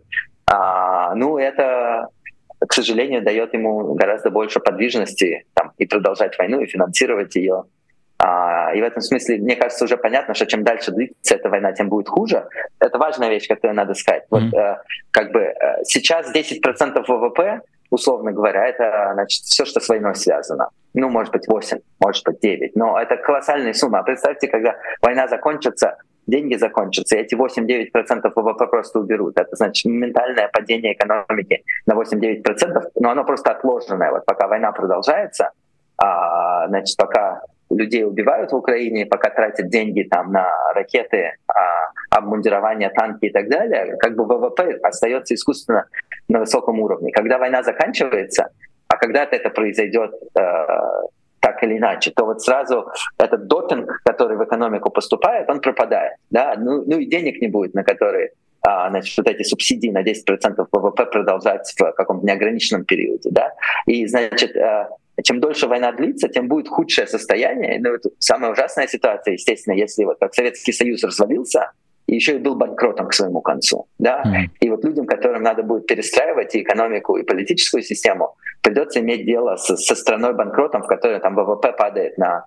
Это, к сожалению, дает ему гораздо больше подвижности и продолжать войну, и финансировать ее. И в этом смысле, мне кажется, уже понятно, что чем дальше длится эта война, тем будет хуже. Это важная вещь, которую надо сказать. Вот, сейчас 10% ВВП, условно говоря, это, значит, все, что с войной связано. Может быть, 8, может быть, 9. Но это колоссальная сумма. А представьте, когда война закончится, деньги закончатся, и эти 8-9% ВВП просто уберут. Это значит моментальное падение экономики на 8-9%, но оно просто отложенное. Вот пока война продолжается, значит, пока людей убивают в Украине, пока тратят деньги на ракеты, обмундирование, танки и так далее, как бы ВВП остается искусственно на высоком уровне. Когда война заканчивается, а когда-то это произойдет так или иначе, то вот сразу этот допинг, который в экономику поступает, он пропадает. Да? И денег не будет, на которые значит, вот эти субсидии на 10% ВВП продолжать в каком-то неограниченном периоде. Да? И, значит, чем дольше война длится, тем будет худшее состояние. Это самая ужасная ситуация, естественно, если вот как Советский Союз развалился, и еще и был банкротом к своему концу. Да? И вот людям, которым надо будет перестраивать и экономику, и политическую систему, придется иметь дело со страной-банкротом, в которой там ВВП падает на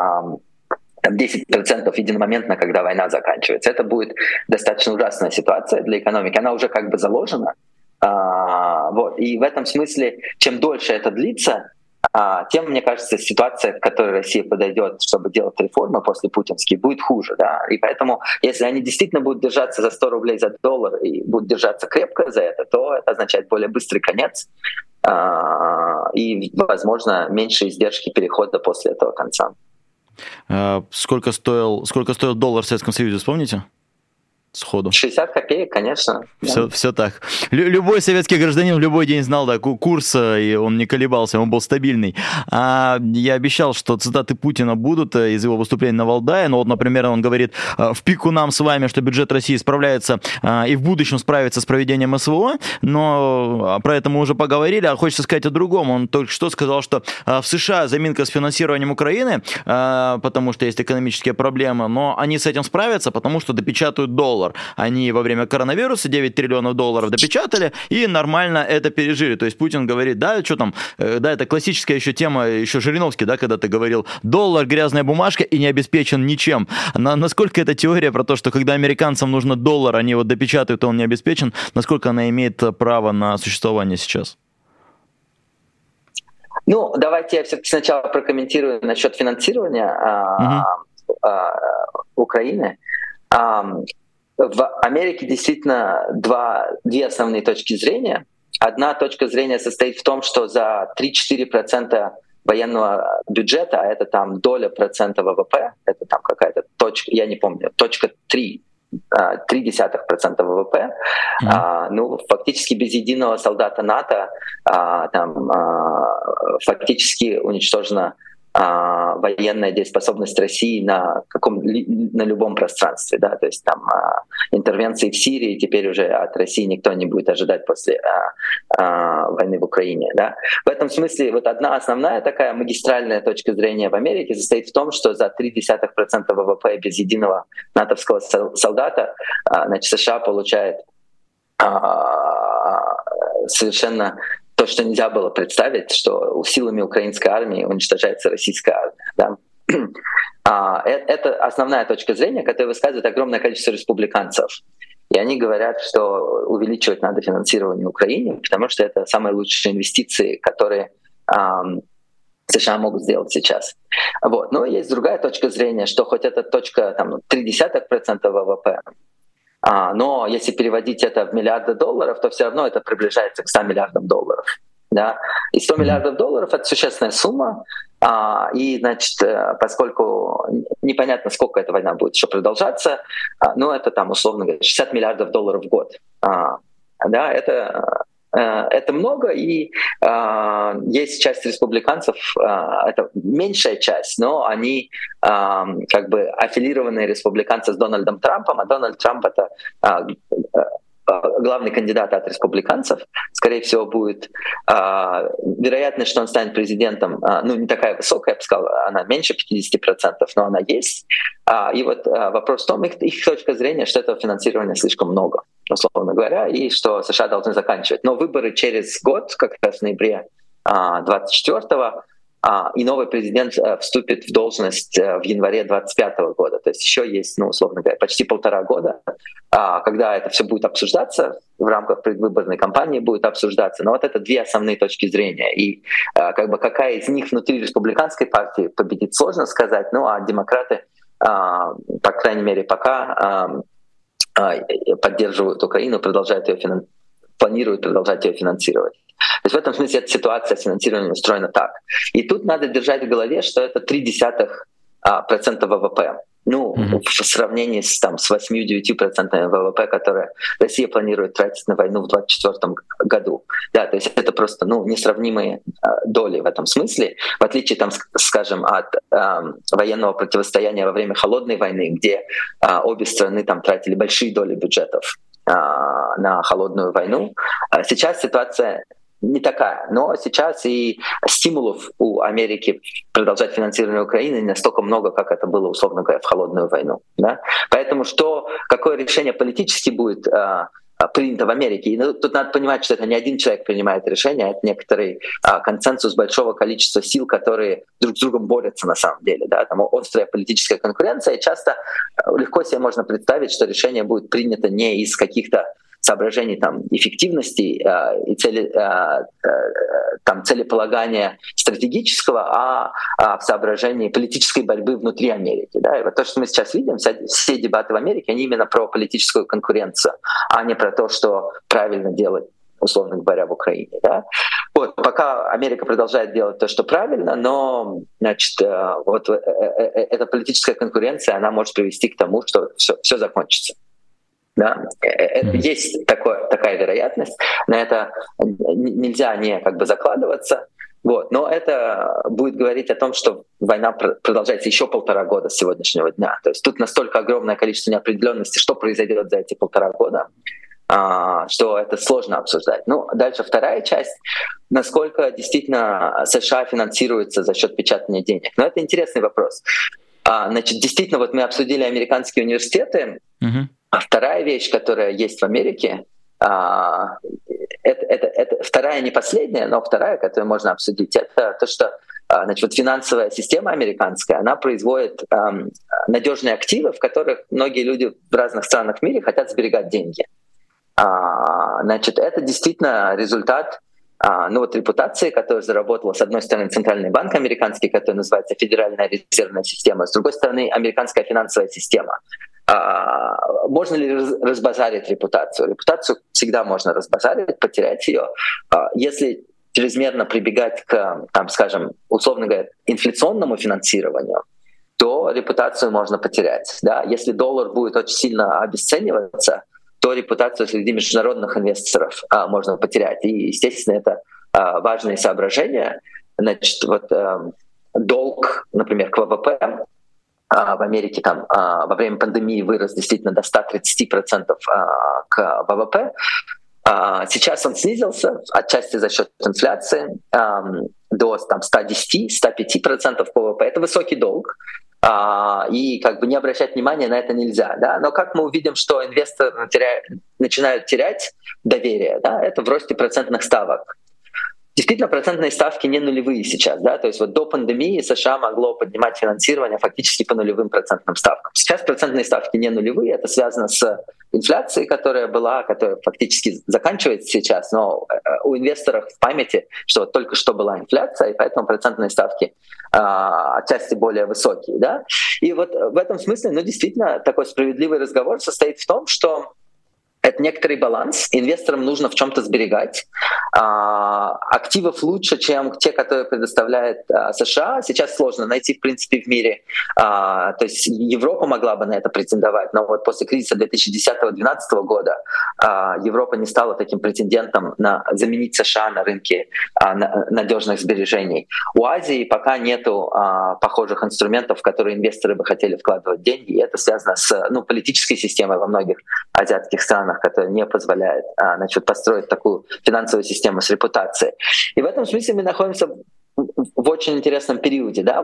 10% единомоментно, когда война заканчивается. Это будет достаточно ужасная ситуация для экономики. Она уже как бы заложена. И в этом смысле, чем дольше это длится, тем, мне кажется, ситуация, к которой Россия подойдет, чтобы делать реформы после путинские, будет хуже. Да? И поэтому, если они действительно будут держаться за 100 рублей за доллар и будут держаться крепко за это, то это означает более быстрый конец и, возможно, меньше издержки перехода после этого конца. Сколько стоил доллар в Советском Союзе, вспомните? Сходу. 60 копеек, конечно. Все так. Любой советский гражданин в любой день знал, да, курс, и он не колебался, он был стабильный. Я обещал, что цитаты Путина будут из его выступления на Валдае. Но вот, например, он говорит: в пику нам с вами, что бюджет России справляется и в будущем справится с проведением СВО. Но про это мы уже поговорили, а хочется сказать о другом. Он только что сказал, что в США заминка с финансированием Украины, потому что есть экономические проблемы, но они с этим справятся, потому что допечатают доллар. Они во время коронавируса 9 триллионов долларов допечатали и нормально это пережили. То есть Путин говорит, да, что там, да, это классическая еще тема, еще Жириновский, да, когда ты говорил, доллар, грязная бумажка и не обеспечен ничем. Насколько эта теория про то, что когда американцам нужно доллар, они его допечатают, то он не обеспечен, насколько она имеет право на существование сейчас? Давайте я все-таки сначала прокомментирую насчет финансирования Украины. В Америке действительно две основные точки зрения. Одна точка зрения состоит в том, что за 3-4% военного бюджета, а это там доля процента ВВП, это там какая-то точка, я не помню, точка 0,3% ВВП, фактически без единого солдата НАТО фактически уничтожена военная дееспособность России на любом пространстве, да, то есть там интервенции в Сирии теперь уже от России никто не будет ожидать после войны в Украине, да. В этом смысле вот одна основная такая магистральная точка зрения в Америке состоит в том, что за 0,3% ВВП без единого натовского солдата, значит, США получает совершенно то, что нельзя было представить, что силами украинской армии уничтожается российская армия. Да? Это основная точка зрения, которую высказывает огромное количество республиканцев. И они говорят, что увеличивать надо финансирование Украине, потому что это самые лучшие инвестиции, которые США могут сделать сейчас. Вот. Но есть другая точка зрения, что хоть эта точка 0,3% ВВП, но если переводить это в миллиарды долларов, то все равно это приближается к 100 миллиардам долларов. Да? И 100 миллиардов долларов — это существенная сумма. И, значит, поскольку непонятно, сколько эта война будет еще продолжаться, но это там, условно говоря, 60 миллиардов долларов в год. Да, это много, и есть часть республиканцев, это меньшая часть, но они как бы аффилированные республиканцы с Дональдом Трампом, а Дональд Трамп — это главный кандидат от республиканцев. Скорее всего, будет вероятность, что он станет президентом, не такая высокая, я бы сказал, она меньше 50%, но она есть. И вот вопрос в том, их точка зрения, что этого финансирования слишком много, условно говоря, и что США должны заканчивать. Но выборы через год, как раз в ноябре 24-го, и новый президент вступит в должность в январе 2025 года. То есть еще есть, условно говоря, почти 1,5 года, когда это все будет обсуждаться, в рамках предвыборной кампании будет обсуждаться. Но вот это две основные точки зрения. И как бы какая из них внутри республиканской партии победит, сложно сказать. А демократы, по крайней мере, пока поддерживают Украину, планируют продолжать ее финансировать. То есть в этом смысле эта ситуация с финансированием устроена так. И тут надо держать в голове, что это 0,3% ВВП. В сравнении с 8-9% ВВП, которые Россия планирует тратить на войну в 2024 году. Да, то есть это просто несравнимые доли в этом смысле, в отличие, скажем, от военного противостояния во время Холодной войны, где обе страны тратили большие доли бюджетов на Холодную войну. Сейчас ситуация не такая, но сейчас и стимулов у Америки продолжать финансирование Украины не настолько много, как это было, условно говоря, в Холодную войну. Да? Поэтому какое решение политически будет принято в Америке. И тут надо понимать, что это не один человек принимает решение, а это некоторый консенсус большого количества сил, которые друг с другом борются на самом деле. Да? Там острая политическая конкуренция, и часто легко себе можно представить, что решение будет принято не из каких-то соображений эффективности и целеполагания стратегического, а в соображении политической борьбы внутри Америки. Да? И вот то, что мы сейчас видим, все дебаты в Америке, они именно про политическую конкуренцию, а не про то, что правильно делать, условно говоря, в Украине. Да? Вот, пока Америка продолжает делать то, что правильно, но эта политическая конкуренция, она может привести к тому, что все закончится. Да? Есть такая вероятность, на это нельзя не закладываться, но это будет говорить о том, что война продолжается еще 1,5 года с сегодняшнего дня. То есть тут настолько огромное количество неопределенности, что произойдет за эти 1,5 года, что это сложно обсуждать. Дальше вторая часть, насколько действительно США финансируется за счет печатания денег. Но это интересный вопрос. Действительно, мы обсудили американские университеты. А вторая вещь, которая есть в Америке, это вторая, не последняя, но вторая, которую можно обсудить, это то, что финансовая система американская, она производит надежные активы, в которых многие люди в разных странах в мире хотят сберегать деньги. Это действительно результат репутации, которую заработала, с одной стороны, Центральный банк американский, который называется Федеральная резервная система, с другой стороны, американская финансовая система. Можно ли разбазарить репутацию? Репутацию всегда можно разбазарить, потерять ее. Если чрезмерно прибегать к, скажем, условно говоря, инфляционному финансированию, то репутацию можно потерять. Да? Если доллар будет очень сильно обесцениваться, то репутацию среди международных инвесторов можно потерять. И, естественно, это важные соображения. Значит, долг, например, к ВВП в Америке во время пандемии вырос действительно до 130% к ВВП. Сейчас он снизился, отчасти за счет инфляции, до 110-105% к ВВП. Это высокий долг. И не обращать внимания на это нельзя. Да? Но как мы увидим, что инвесторы начинают терять доверие, да? Это в росте процентных ставок. Действительно, процентные ставки не нулевые сейчас. Да? То есть до пандемии США могло поднимать финансирование фактически по нулевым процентным ставкам. Сейчас процентные ставки не нулевые. Это связано с инфляцией, которая фактически заканчивается сейчас. Но у инвесторов в памяти, что только что была инфляция, и поэтому процентные ставки отчасти более высокие. Да? И в этом смысле, действительно, такой справедливый разговор состоит в том, что это некоторый баланс. Инвесторам нужно в чем-то сберегать. Активов лучше, чем те, которые предоставляет США. Сейчас сложно найти, в принципе, в мире. То есть Европа могла бы на это претендовать, но после кризиса 2010-2012 года Европа не стала таким претендентом на заменить США на рынке надежных сбережений. У Азии пока нету похожих инструментов, в которые инвесторы бы хотели вкладывать деньги. И это связано с политической системой во многих азиатских странах, которая не позволяет построить такую финансовую систему с репутацией. И в этом смысле мы находимся в очень интересном периоде. Да?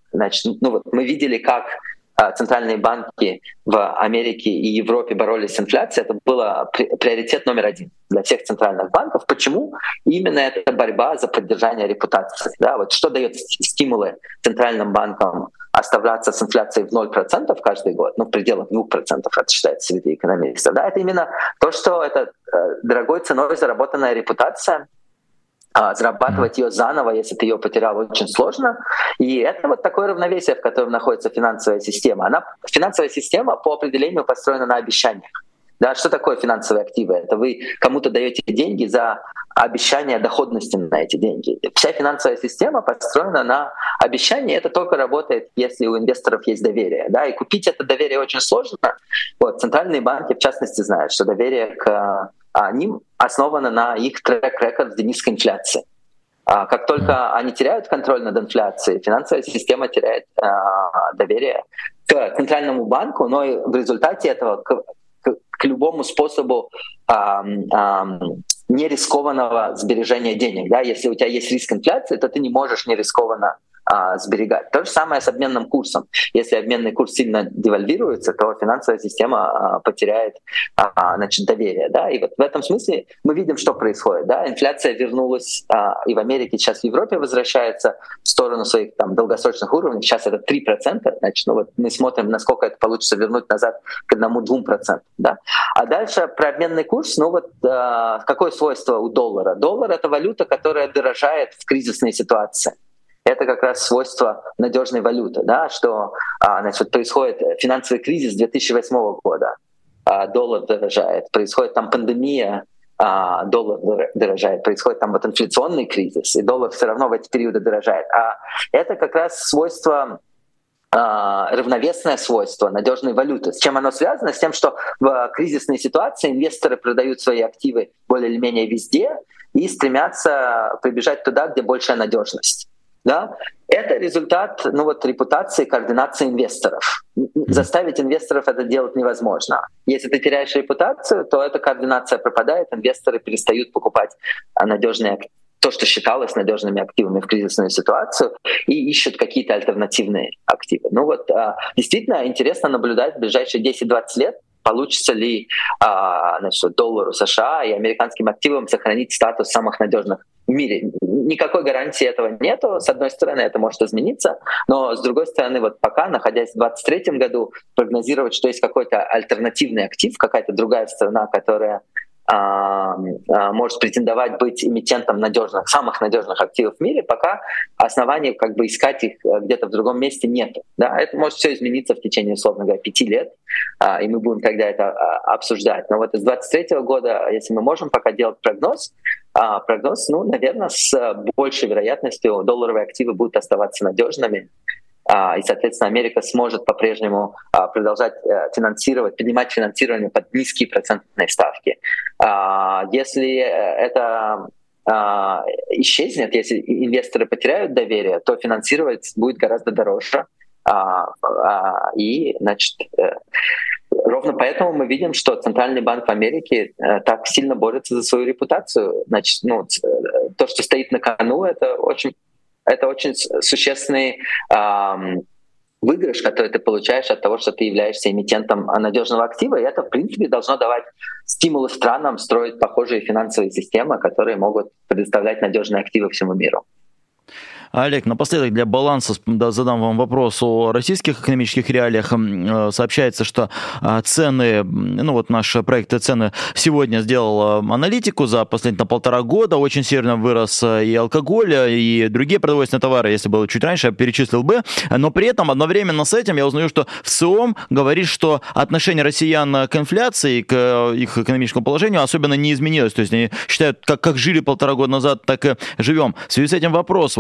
Мы видели, как центральные банки в Америке и Европе боролись с инфляцией. Это был приоритет номер один для всех центральных банков. Почему? Именно эта борьба за поддержание репутации. Да? Что дает стимулы центральным банкам оставляться с инфляцией в 0% каждый год, в пределах 2%, это считается среди экономистов. Да? Это именно то, что это дорогой ценой заработанная репутация. Зарабатывать ее заново, если ты ее потерял, очень сложно. И это такое равновесие, в котором находится финансовая система. Финансовая система по определению построена на обещаниях. Да, что такое финансовые активы? Это вы кому-то даете деньги за обещание доходности на эти деньги. Вся финансовая система построена на обещании. Это только работает, если у инвесторов есть доверие. Да? И купить это доверие очень сложно. Центральные банки, в частности, знают, что доверие к ним основано на их трек-рекорд низкой инфляции. Как только они теряют контроль над инфляцией, финансовая система теряет доверие к центральному банку, но и в результате этого к любому способу нерискованного сбережения денег. Да? Если у тебя есть риск инфляции, то ты не можешь нерискованно сберегать. То же самое с обменным курсом. Если обменный курс сильно девальвируется, то финансовая система потеряет доверие. Да? И в этом смысле мы видим, что происходит. Да? Инфляция вернулась и в Америке, сейчас в Европе возвращается в сторону своих долгосрочных уровней. Сейчас это 3%. Мы смотрим, насколько это получится вернуть назад к 1-2%. Да? А дальше про обменный курс. Какое свойство у доллара? Доллар — это валюта, которая дорожает в кризисной ситуации. Это как раз свойство надежной валюты, да, что происходит финансовый кризис 2008 года, доллар дорожает, происходит пандемия, доллар дорожает, происходит инфляционный кризис, и доллар все равно в эти периоды дорожает. А это как раз свойство, равновесное свойство надежной валюты. С чем оно связано? С тем, что в кризисной ситуации инвесторы продают свои активы более или менее везде и стремятся прибежать туда, где большая надежность. Да? Это результат репутации, координации инвесторов. Заставить инвесторов это делать невозможно. Если ты теряешь репутацию, то эта координация пропадает, инвесторы перестают покупать надежные активы, то, что считалось надежными активами в кризисную ситуацию, и ищут какие-то альтернативные активы. Действительно интересно наблюдать в ближайшие 10-20 лет, получится ли доллару США и американским активам сохранить статус самых надежных в мире. Никакой гарантии этого нету. С одной стороны, это может измениться, но с другой стороны, пока, находясь в 2023 году, прогнозировать, что есть какой-то альтернативный актив, какая-то другая страна, которая может претендовать быть эмитентом самых надежных активов в мире, пока оснований искать их где-то в другом месте нет. Да? Это может все измениться в течение, условно говоря, 5 лет, и мы будем тогда это обсуждать. Но с 2023 года, если мы можем пока делать прогноз, прогноз, наверное, с большей вероятностью долларовые активы будут оставаться надежными, и, соответственно, Америка сможет по-прежнему продолжать поднимать финансирование под низкие процентные ставки. Если это исчезнет, если инвесторы потеряют доверие, то финансировать будет гораздо дороже. И, ровно поэтому мы видим, что Центральный банк в Америке так сильно борется за свою репутацию. То, что стоит на кону, это очень существенный выигрыш, который ты получаешь от того, что ты являешься эмитентом надежного актива, и это, в принципе, должно давать стимулы странам строить похожие финансовые системы, которые могут предоставлять надежные активы всему миру. Олег, напоследок для баланса задам вам вопрос о российских экономических реалиях. Сообщается, что цены, наш проект «Цены» сегодня сделал аналитику за последние 1,5 года. Очень сильно вырос и алкоголь, и другие продовольственные товары. Если было чуть раньше, я перечислил бы. Но при этом одновременно с этим я узнаю, что ВЦИОМ говорит, что отношение россиян к инфляции, к их экономическому положению особенно не изменилось. То есть они считают, как жили 1,5 года назад, так и живем. В связи с этим вопрос.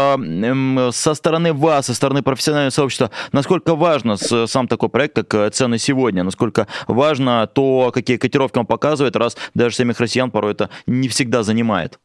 Со стороны вас, со стороны профессионального сообщества, насколько важно сам такой проект, как «Цены сегодня», насколько важно то, какие котировки он показывает, раз даже самих россиян порой это не всегда занимает?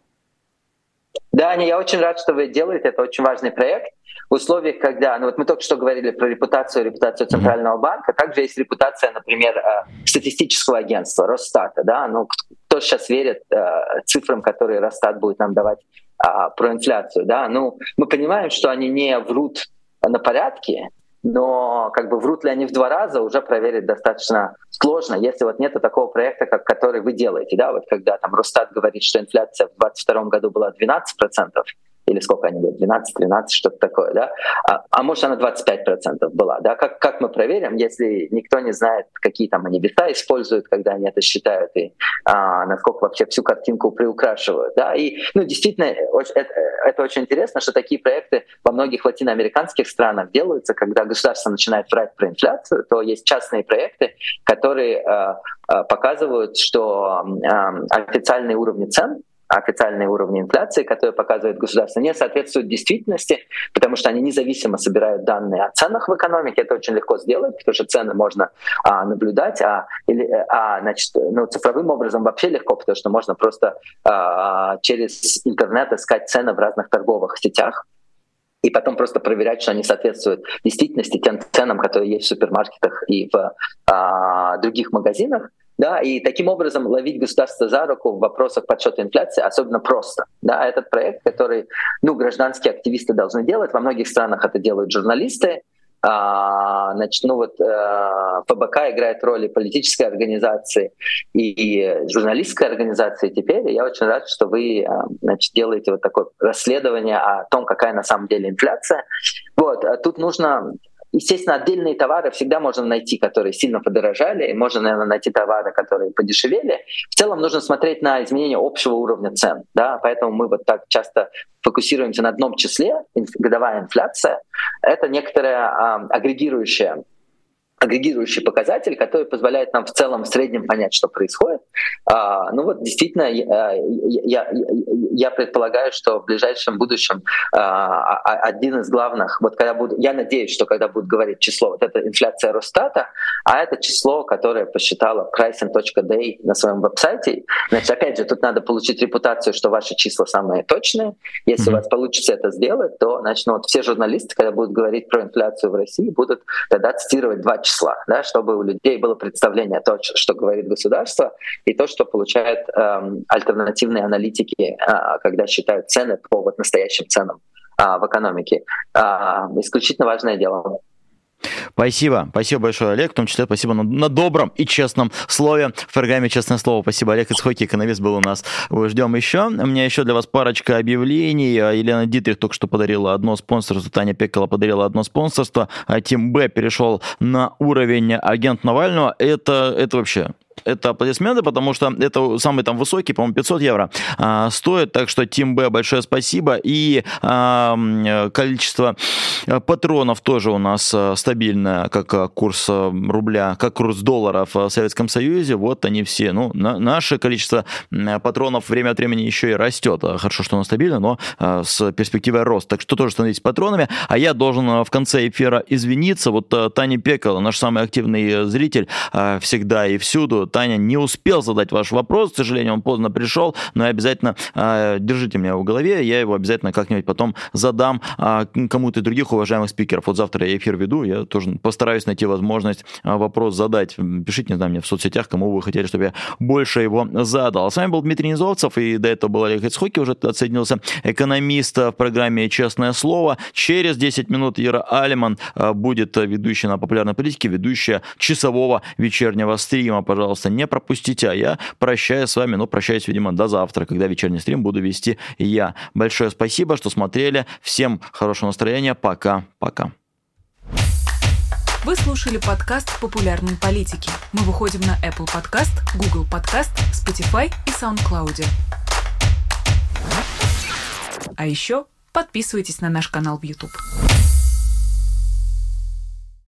Да, Аня, я очень рад, что вы делаете, это очень важный проект. В условиях, когда, мы только что говорили про репутацию Центрального банка, также есть репутация, например, статистического агентства, Росстата, да, кто сейчас верит цифрам, которые Росстат будет нам давать про инфляцию, да, мы понимаем, что они не врут на порядке, но врут ли они в 2 раза, уже проверить достаточно сложно, если нету такого проекта, который вы делаете, да, когда там Росстат говорит, что инфляция в 2022 году была 12%, или сколько они были, 12-13, что-то такое, да? А может, она 25% была, да? Как мы проверим, если никто не знает, какие там они веса используют, когда они это считают, и насколько вообще всю картинку приукрашивают, да? И, действительно, это очень интересно, что такие проекты во многих латиноамериканских странах делаются, когда государство начинает врать про инфляцию, то есть частные проекты, которые показывают, что официальные уровни цен, официальные уровни инфляции, которые показывает государство, не соответствуют действительности, потому что они независимо собирают данные о ценах в экономике. Это очень легко сделать, потому что цены можно наблюдать, цифровым образом вообще легко, потому что можно просто через интернет искать цены в разных торговых сетях и потом просто проверять, что они соответствуют действительности тем ценам, которые есть в супермаркетах и в других магазинах. Да, и таким образом ловить государство за руку в вопросах подсчета инфляции особенно просто. Да, этот проект, который гражданские активисты должны делать, во многих странах это делают журналисты. ФБК играет роль и политической организации, и журналистской организации теперь. И я очень рад, что вы делаете такое расследование о том, какая на самом деле инфляция. Тут нужно... Естественно, отдельные товары всегда можно найти, которые сильно подорожали, и можно, наверное, найти товары, которые подешевели. В целом нужно смотреть на изменение общего уровня цен. Да? Поэтому мы так часто фокусируемся на одном числе, годовая инфляция. Это некоторая агрегирующий показатель, который позволяет нам в целом в среднем понять, что происходит. Действительно, я предполагаю, что в ближайшем будущем один из главных, я надеюсь, что когда будут говорить число, это инфляция Росстата, а это число, которое посчитала pricing.day на своем веб-сайте. Опять же, тут надо получить репутацию, что ваши числа самые точные. Если у вас получится это сделать, то все журналисты, когда будут говорить про инфляцию в России, будут тогда цитировать 2 числа, да, чтобы у людей было представление о том, что говорит государство, и то, что получают альтернативные аналитики, когда считают цены по настоящим ценам в экономике. Исключительно важное дело. Спасибо. Спасибо большое, Олег. В том числе спасибо на добром и честном слове в программе «Честное слово». Спасибо, Олег Ицхоки, экономист, был у нас. Ждем еще. У меня еще для вас парочка объявлений. Елена Дитрих только что подарила одно спонсорство, Таня Пеккола подарила одно спонсорство, а Тим Б перешел на уровень агент Навального. Это вообще это аплодисменты, потому что это самый там высокий, по-моему, 500 евро стоит. Так что Team B, большое спасибо. И количество патронов тоже у нас стабильное, как курс рубля, как курс доллара в Советском Союзе. Вот они все. Ну, наше количество патронов время от времени еще и растет. Хорошо, что оно стабильно, но с перспективой роста. Так что тоже становитесь патронами. А я должен в конце эфира извиниться. Вот Таня Пекала, наш самый активный зритель, всегда и всюду. Таня, не успел задать ваш вопрос, к сожалению, он поздно пришел, но обязательно держите меня в голове, я его обязательно как-нибудь потом задам кому-то из других уважаемых спикеров. Вот завтра я эфир веду, я тоже постараюсь найти возможность вопрос задать. Пишите, не знаю, мне в соцсетях, кому вы хотели, чтобы я больше его задал. А с вами был Дмитрий Низовцев, и до этого был Олег Ицхоки, уже отсоединился, экономист в программе «Честное слово». Через 10 минут Ира Алиман будет ведущая на популярной политике, ведущая часового вечернего стрима. Пожалуйста, не пропустите, а я прощаюсь с вами, прощаюсь, видимо, до завтра, когда вечерний стрим буду вести я. Большое спасибо, что смотрели. Всем хорошего настроения. Пока-пока. Вы слушали подкаст «Популярные политики». Мы выходим на Apple Podcast, Google Podcast, Spotify и SoundCloud. А еще подписывайтесь на наш канал в YouTube.